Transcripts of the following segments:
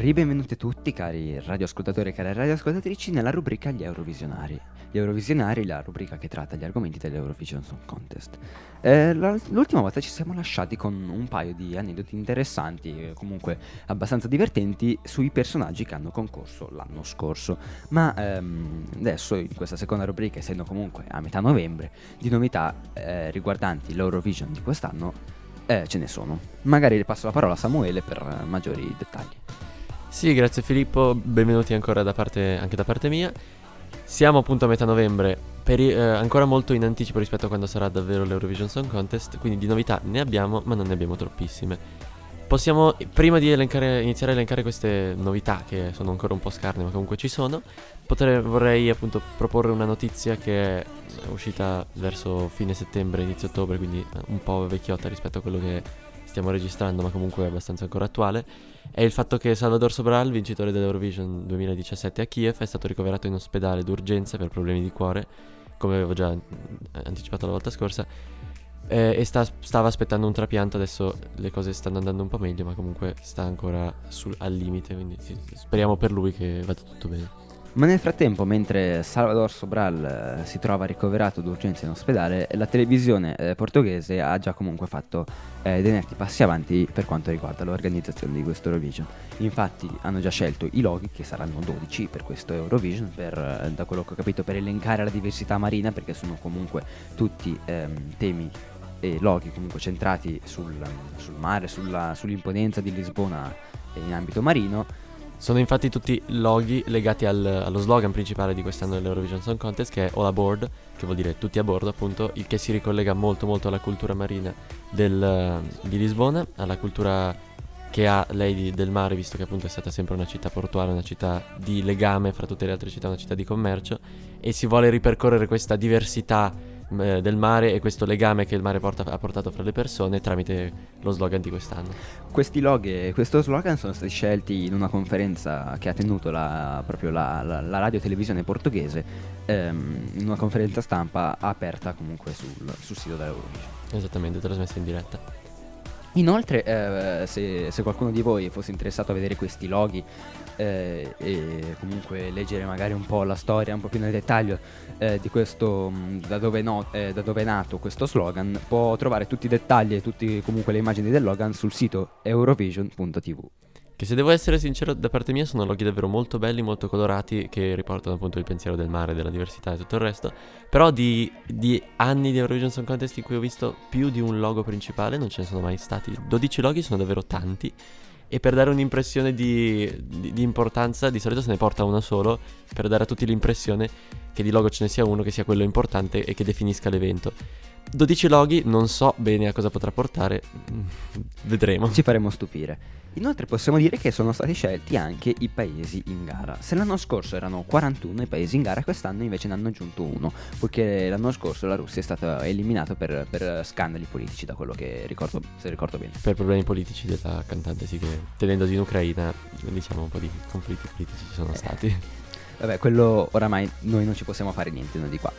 Ribenvenuti a tutti cari radioascoltatori e care radioascoltatrici nella rubrica Gli Eurovisionari. Gli Eurovisionari, la rubrica che tratta gli argomenti dell'Eurovision Song Contest. L'ultima volta ci siamo lasciati con un paio di aneddoti interessanti e comunque abbastanza divertenti sui personaggi che hanno concorso l'anno scorso. Ma adesso in questa seconda rubrica, essendo comunque a metà novembre, di novità riguardanti l'Eurovision di quest'anno ce ne sono. Magari le passo la parola a Samuele per maggiori dettagli. Sì, grazie Filippo, benvenuti ancora anche da parte mia. Siamo appunto a metà novembre, ancora molto in anticipo rispetto a quando sarà davvero l'Eurovision Song Contest, quindi di novità ne abbiamo, ma non ne abbiamo troppissime. Possiamo, prima di iniziare a elencare queste novità, che sono ancora un po' scarne ma comunque ci sono, vorrei appunto proporre una notizia che è uscita verso fine settembre, inizio ottobre, quindi un po' vecchiotta rispetto a quello che stiamo registrando, ma comunque è abbastanza ancora attuale. È il fatto che Salvador Sobral, vincitore dell'Eurovision 2017 a Kiev, è stato ricoverato in ospedale d'urgenza per problemi di cuore, come avevo già anticipato la volta scorsa, e stava aspettando un trapianto. Adesso le cose stanno andando un po' meglio, ma comunque sta ancora al limite, quindi speriamo per lui che vada tutto bene. Ma nel frattempo, mentre Salvador Sobral si trova ricoverato d'urgenza in ospedale, la televisione portoghese ha già comunque fatto dei netti passi avanti per quanto riguarda l'organizzazione di questo Eurovision. Infatti hanno già scelto i loghi, che saranno 12 per questo Eurovision, da quello che ho capito, per elencare la diversità marina, perché sono comunque tutti temi e loghi comunque centrati sul mare, sull'imponenza di Lisbona in ambito marino. Sono infatti tutti loghi legati allo slogan principale di quest'anno dell'Eurovision Song Contest, che è All Aboard, che vuol dire tutti a bordo appunto, il che si ricollega molto molto alla cultura marina di Lisbona, alla cultura che ha lei del mare, visto che appunto è stata sempre una città portuale, una città di legame fra tutte le altre città, una città di commercio, e si vuole ripercorrere questa diversità del mare e questo legame che il mare ha portato fra le persone tramite lo slogan di quest'anno. Questi loghi e questo slogan sono stati scelti in una conferenza che ha tenuto la radio televisione portoghese, in una conferenza stampa aperta comunque sul sito dell'Eurovision. Esattamente, trasmessa in diretta. Inoltre, se qualcuno di voi fosse interessato a vedere questi loghi e comunque leggere magari un po' la storia un po' più nel dettaglio di questo, da dove è nato questo slogan, può trovare tutti i dettagli e tutti comunque le immagini del slogan sul sito eurovision.tv. Che, se devo essere sincero, da parte mia sono loghi davvero molto belli, molto colorati, che riportano appunto il pensiero del mare, della diversità e tutto il resto. Però di anni di Eurovision Song Contest in cui ho visto più di un logo principale non ce ne sono mai stati. 12 loghi sono davvero tanti, e per dare un'impressione di importanza di solito se ne porta uno solo, per dare a tutti l'impressione che di logo ce ne sia uno che sia quello importante e che definisca l'evento. 12 loghi, non so bene a cosa potrà portare, vedremo. Ci faremo stupire. Inoltre possiamo dire che sono stati scelti anche i paesi in gara. Se l'anno scorso erano 41 i paesi in gara, quest'anno invece ne hanno aggiunto uno, poiché l'anno scorso la Russia è stata eliminata per scandali politici, da quello che ricordo, se ricordo bene. Per problemi politici della cantante, sì, che tenendosi in Ucraina, diciamo un po' di conflitti politici ci sono stati. Vabbè, quello oramai noi non ci possiamo fare niente noi di qua.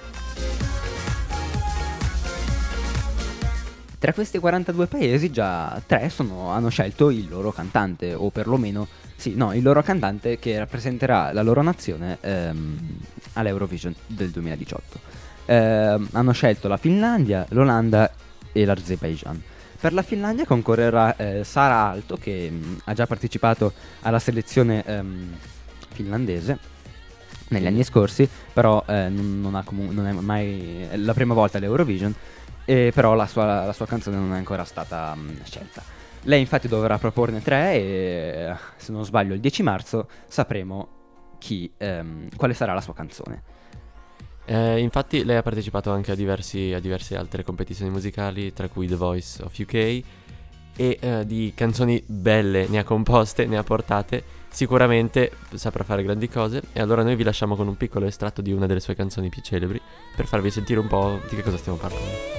Tra questi 42 paesi già 3 hanno scelto il loro cantante, o perlomeno il loro cantante che rappresenterà la loro nazione all'Eurovision del 2018. Hanno scelto la Finlandia, l'Olanda e l'Azerbaijan. Per la Finlandia concorrerà Sara Aalto, che ha già partecipato alla selezione finlandese negli anni scorsi, però non è mai la prima volta all'Eurovision. Però la sua canzone non è ancora stata scelta. Lei infatti dovrà proporne 3 e, se non sbaglio, il 10 marzo sapremo quale sarà la sua canzone. Infatti lei ha partecipato anche a diverse altre competizioni musicali, tra cui The Voice of UK, e di canzoni belle ne ha composte, ne ha portate. Sicuramente saprà fare grandi cose, e allora noi vi lasciamo con un piccolo estratto di una delle sue canzoni più celebri, per farvi sentire un po' di che cosa stiamo parlando.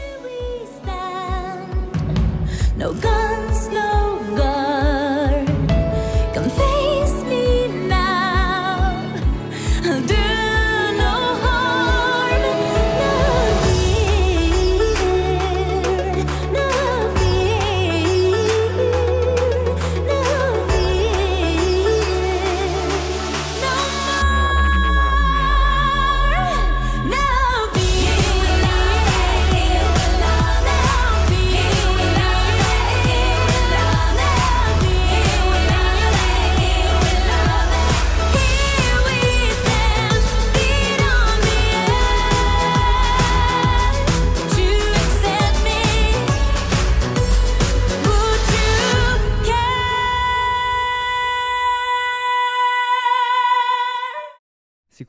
No guns, no guard. Come face me now. I'll do no harm. No fear, no fear, no fear.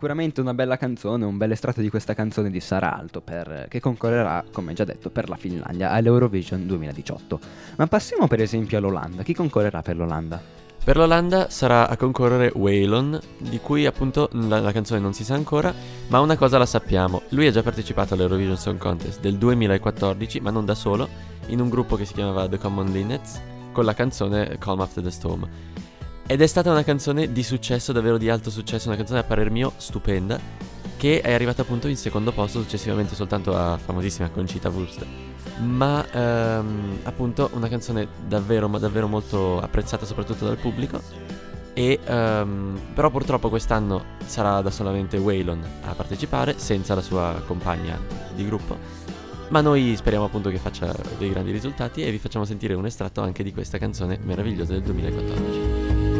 sicuramente una bella canzone, un bel estratto di questa canzone di Sara Alto che concorrerà, come già detto, per la Finlandia all'Eurovision 2018. Ma passiamo per esempio all'Olanda. Chi concorrerà per l'Olanda? Per l'Olanda sarà a concorrere Waylon, di cui appunto la canzone non si sa ancora, ma una cosa la sappiamo. Lui ha già partecipato all'Eurovision Song Contest del 2014, ma non da solo, in un gruppo che si chiamava The Common Linnets, con la canzone Calm After the Storm. Ed è stata una canzone di successo, davvero di alto successo, una canzone a parer mio stupenda, che è arrivata appunto in secondo posto, successivamente soltanto a famosissima Conchita Wurst. Ma appunto una canzone davvero molto apprezzata soprattutto dal pubblico. E però purtroppo quest'anno sarà da solamente Waylon a partecipare, senza la sua compagna di gruppo. Ma noi speriamo appunto che faccia dei grandi risultati, e vi facciamo sentire un estratto anche di questa canzone meravigliosa del 2014.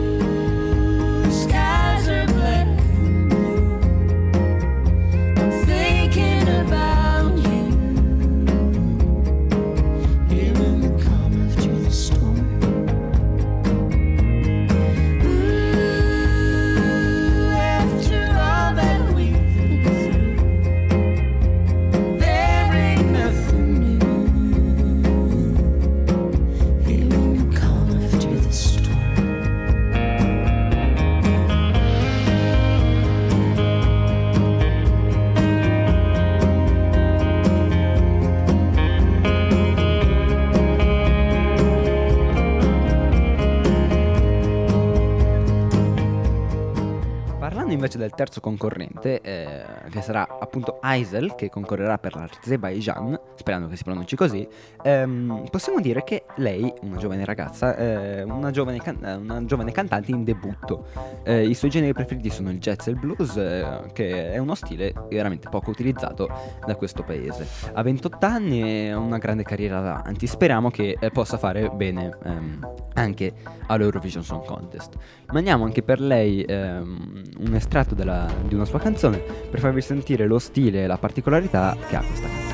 Skies are black. I'm thinking about you. Hearing the calm after the storm. Ooh, after all that we've been through, there ain't nothing new. Hearing the calm after the storm. Parlando invece del terzo concorrente, che sarà appunto Aysel, che concorrerà per l'Azerbaijan, sperando che si pronunci così, possiamo dire che lei, una giovane ragazza, una giovane cantante in debutto. I suoi generi preferiti sono il jazz e il blues, che è uno stile veramente poco utilizzato da questo paese. Ha 28 anni e ha una grande carriera davanti, speriamo che possa fare bene anche all'Eurovision Song Contest. Mandiamo anche per lei un estratto di una sua canzone per farvi sentire lo stile e la particolarità che ha questa canzone.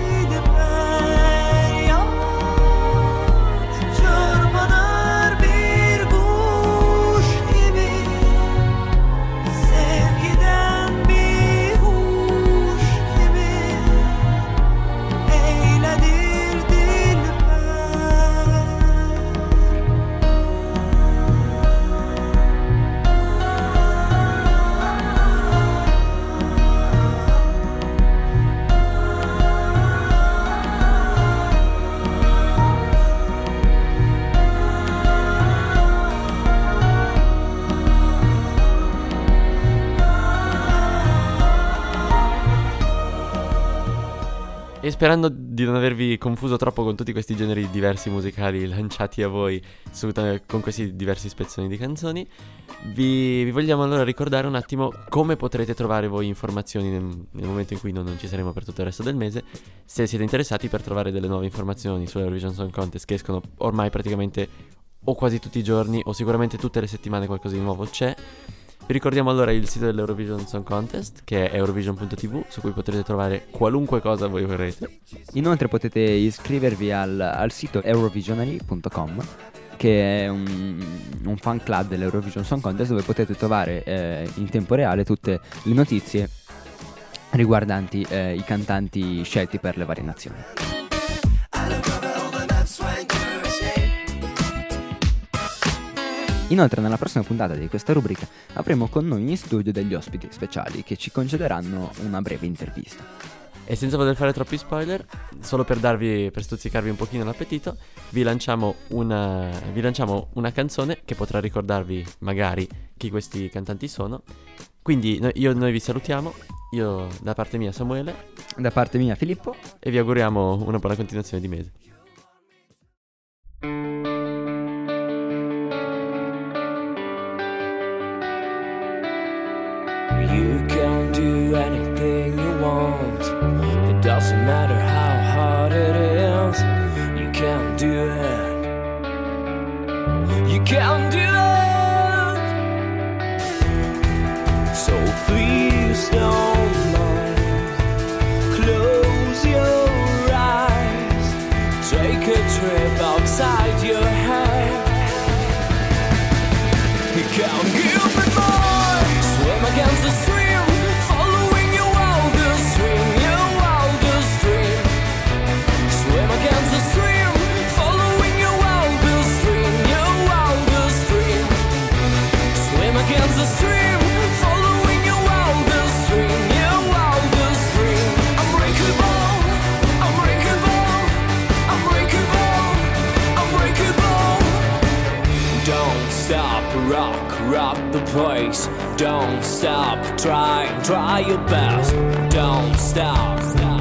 E sperando di non avervi confuso troppo con tutti questi generi diversi musicali lanciati a voi con questi diversi spezzoni di canzoni, vi vogliamo allora ricordare un attimo come potrete trovare voi informazioni nel momento in cui non ci saremo per tutto il resto del mese, se siete interessati per trovare delle nuove informazioni sull'Eurovision Song Contest, che escono ormai praticamente o quasi tutti i giorni o sicuramente tutte le settimane qualcosa di nuovo c'è. Vi ricordiamo allora il sito dell'Eurovision Song Contest, che è eurovision.tv, su cui potrete trovare qualunque cosa voi vorrete. Inoltre potete iscrivervi al sito eurovisionary.com, che è un fan club dell'Eurovision Song Contest, dove potete trovare in tempo reale tutte le notizie riguardanti i cantanti scelti per le varie nazioni. Inoltre nella prossima puntata di questa rubrica avremo con noi in studio degli ospiti speciali che ci concederanno una breve intervista. E senza voler fare troppi spoiler, solo per stuzzicarvi un pochino l'appetito, vi lanciamo una canzone che potrà ricordarvi magari chi questi cantanti sono. Quindi noi vi salutiamo, io da parte mia Samuele, da parte mia Filippo, e vi auguriamo una buona continuazione di mese. You can do anything you want. It doesn't matter how hard it is. You can do it. You can do it. So please don't mind. Close your eyes. Don't stop trying, try your best. Don't stop.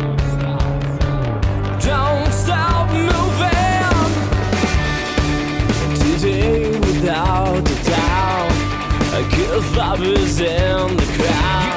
Don't stop moving. Today without a doubt, a good vibe is in the crowd.